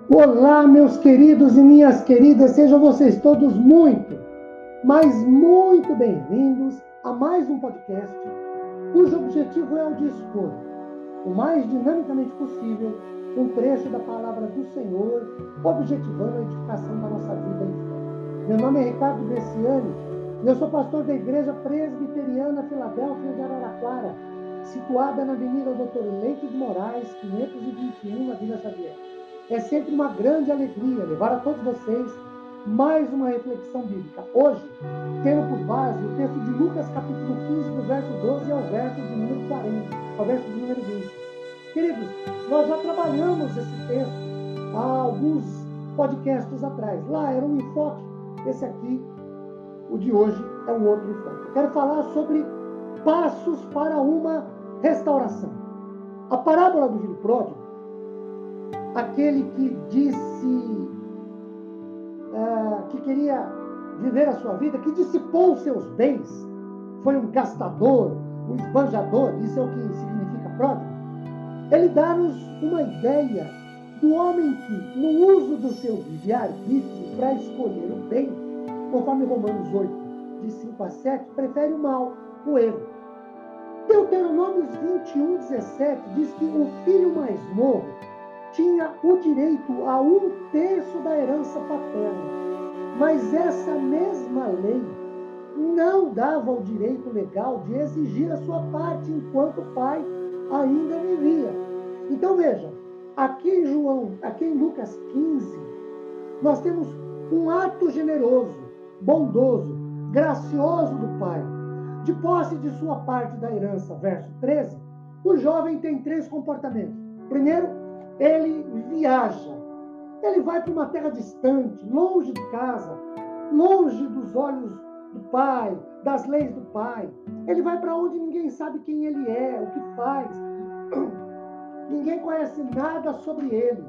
Olá, meus queridos e minhas queridas, sejam vocês todos muito, mas muito bem-vindos a mais um podcast, cujo objetivo é o de expor, o mais dinamicamente possível, um trecho da palavra do Senhor, objetivando a edificação da nossa vida em fé. Meu nome é Ricardo Bresciani e eu sou pastor da Igreja Presbiteriana Filadélfia de Araraquara, situada na Avenida Doutor Leite de Moraes, 521, na Vila Xavier. É sempre uma grande alegria levar a todos vocês mais uma reflexão bíblica. Hoje, tendo por base o texto de Lucas, capítulo 15, do verso 12 ao verso de número 40, ao verso de número 20. Queridos, nós já trabalhamos esse texto há alguns podcasts atrás. Lá era um enfoque, esse aqui, o de hoje, é um outro enfoque. Eu quero falar sobre passos para uma restauração. A parábola do filho pródigo, aquele que disse que queria viver a sua vida, que dissipou os seus bens, foi um gastador, um esbanjador, isso é o que significa pródigo. Ele dá-nos uma ideia do homem que, no uso do seu livre-arbítrio para escolher o bem, conforme Romanos 8, de 5 a 7, prefere o mal, o erro. Deuteronômios 21, 17 diz que o filho mais novo tinha o direito a 1/3 da herança paterna. Mas essa mesma lei não dava o direito legal de exigir a sua parte enquanto o pai ainda vivia. Então vejam, aqui em Lucas 15, nós temos um ato generoso, bondoso, gracioso do pai. De posse de sua parte da herança, verso 13, o jovem tem 3 comportamentos. Primeiro, ele viaja. Ele vai para uma terra distante, longe de casa, longe dos olhos do pai, das leis do pai. Ele vai para onde ninguém sabe quem ele é, o que faz. Ninguém conhece nada sobre ele.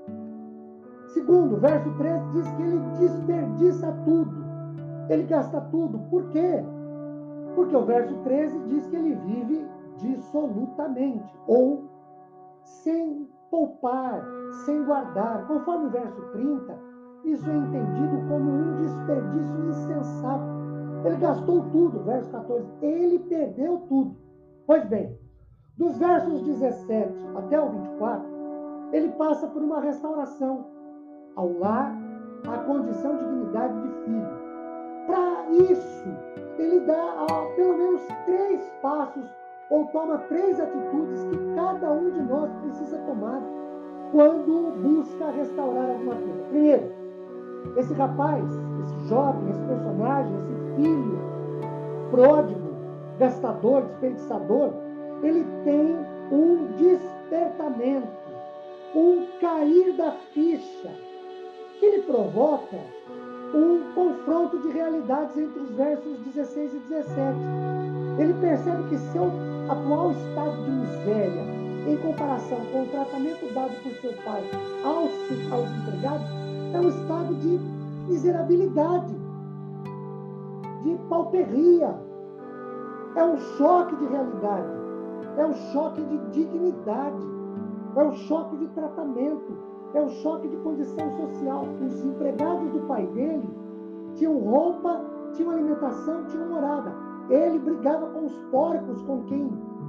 Segundo, verso 13 diz que ele desperdiça tudo. Ele gasta tudo. Por quê? Porque o verso 13 diz que ele vive dissolutamente, ou sem poupar, sem guardar. Conforme o verso 30, isso é entendido como um desperdício insensato. Ele gastou tudo, verso 14, ele perdeu tudo. Pois bem, dos versos 17 até o 24, ele passa por uma restauração ao lar, à condição de dignidade de filho. Para isso, ele dá pelo menos 3 passos ou toma 3 atitudes que cada um de nós precisa tomar quando busca restaurar alguma coisa. Primeiro, esse rapaz, esse jovem, esse personagem, esse filho pródigo, gastador, desperdiçador, ele tem um despertamento, um cair da ficha, que lhe provoca um confronto de realidades entre os versos 16 e 17. Ele percebe que seu atual estado de miséria, em comparação com o tratamento dado por seu pai aos empregados, é um estado de miserabilidade, de pauperia. É um choque de realidade, é um choque de dignidade, é um choque de tratamento, é um choque de condição social. Os empregados do pai dele tinham roupa, tinham alimentação, tinham morada. Ele brigava com os porcos, com quem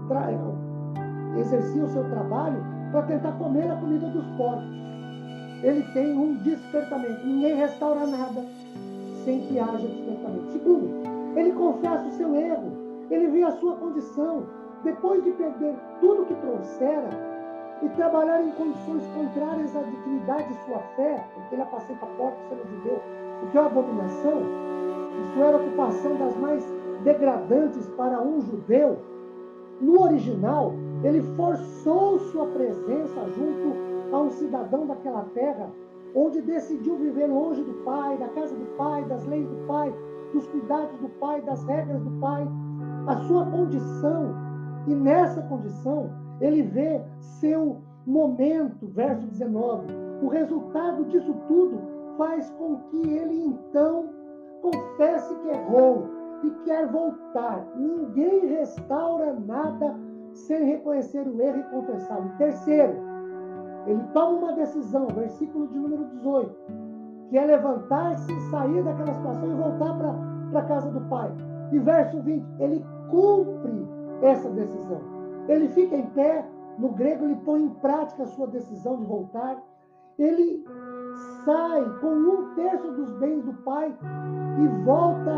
exercia o seu trabalho, para tentar comer a comida dos porcos. Ele tem um despertamento. Ninguém restaura nada sem que haja despertamento. Segundo, ele confessa o seu erro. Ele vê a sua condição. Depois de perder tudo que trouxera e trabalhar em condições contrárias à dignidade de sua fé, porque ele apacenta porcos sendo judeu, o que é uma abominação, isso era a ocupação das mais degradantes para um judeu. No original, ele forçou sua presença junto a um cidadão daquela terra, onde decidiu viver longe do pai, da casa do pai, das leis do pai, dos cuidados do pai, das regras do pai. A sua condição, e nessa condição, ele vê seu momento, verso 19. O resultado disso tudo faz com que ele, então, confesse que errou e quer voltar. Ninguém restaura nada sem reconhecer o erro e confessá-lo. Terceiro, Ele toma uma decisão, versículo de número 18, que é levantar-se, sair daquela situação e voltar para a casa do pai. E verso 20, ele cumpre essa decisão. Ele fica em pé, no grego ele põe em prática a sua decisão de voltar. Ele sai com 1/3 dos bens do pai e volta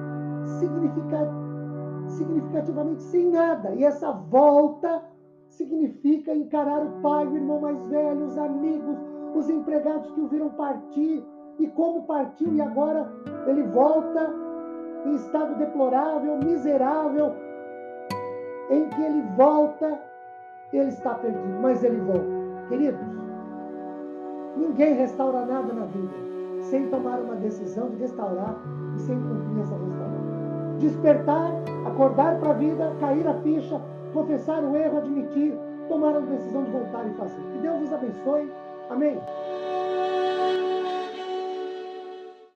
significativamente sem nada. E essa volta significa encarar o pai, o irmão mais velho, os amigos, os empregados que o viram partir, e como partiu, e agora ele volta em estado deplorável, miserável, em que ele volta, ele está perdido, mas ele volta. Queridos, ninguém restaura nada na vida sem tomar uma decisão de restaurar e sem cumprir essa restauração. Despertar, acordar para a vida, cair a ficha, confessar o erro, admitir, tomar a decisão de voltar e fazer. Que Deus os abençoe. Amém.